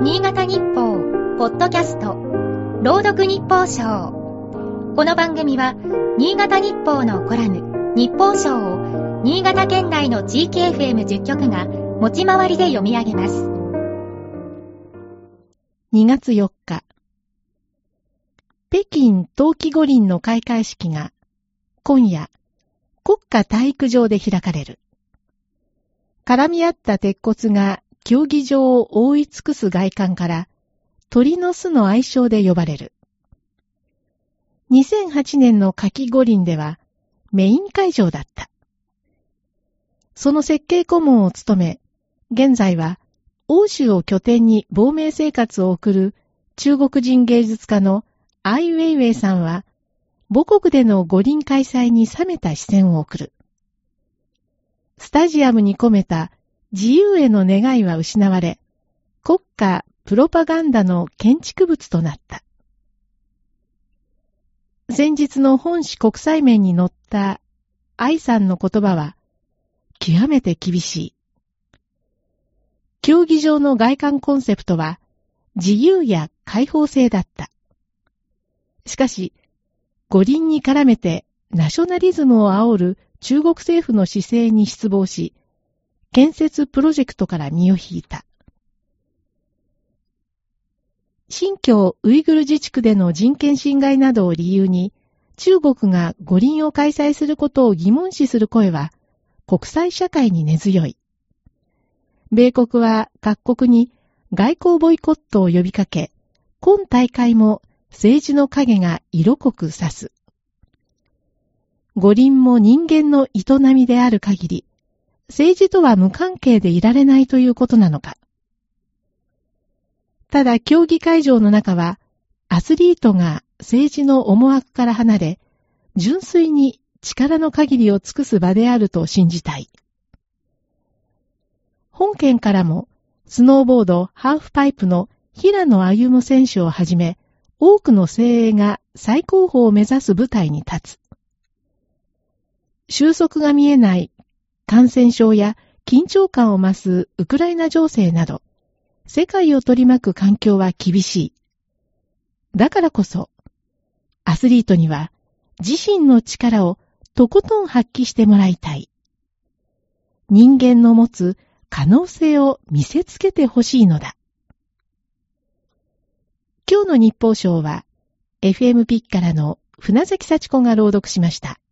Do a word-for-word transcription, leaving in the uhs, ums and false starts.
新潟日報ポッドキャスト朗読日報賞。この番組は新潟日報のコラム日報賞を新潟県内の地域 エフエムじゅっ 局が持ち回りで読み上げます。 にがつよっか、北京冬季五輪の開会式が今夜国家体育場で開かれる。絡み合った鉄骨が競技場を覆い尽くす外観から鳥の巣の愛称で呼ばれる。にせんはちねんの夏季五輪ではメイン会場だった。その設計顧問を務め、現在は欧州を拠点に亡命生活を送る中国人芸術家のアイ・ウェイウェイさんは、母国での五輪開催に冷めた視線を送る。スタジアムに込めた自由への願いは失われ、国家プロパガンダの建築物となった。先日の本誌国際面に載った愛さんの言葉は極めて厳しい。競技場の外観コンセプトは自由や開放性だった。しかし、五輪に絡めてナショナリズムを煽る中国政府の姿勢に失望し、建設プロジェクトから身を引いた。新疆ウイグル自治区での人権侵害などを理由に、中国が五輪を開催することを疑問視する声は国際社会に根強い。米国は各国に外交ボイコットを呼びかけ、今大会も政治の影が色濃く差す。五輪も人間の営みである限り、政治とは無関係でいられないということなのか。ただ競技会場の中は、アスリートが政治の思惑から離れ、純粋に力の限りを尽くす場であると信じたい。本県からも、スノーボードハーフパイプの平野歩夢選手をはじめ、多くの精鋭が最高峰を目指す舞台に立つ。収束が見えない感染症や緊張感を増すウクライナ情勢など、世界を取り巻く環境は厳しい。だからこそ、アスリートには自身の力をとことん発揮してもらいたい。人間の持つ可能性を見せつけてほしいのだ。今日の日報賞は、エフエム ピッからの船崎幸子が朗読しました。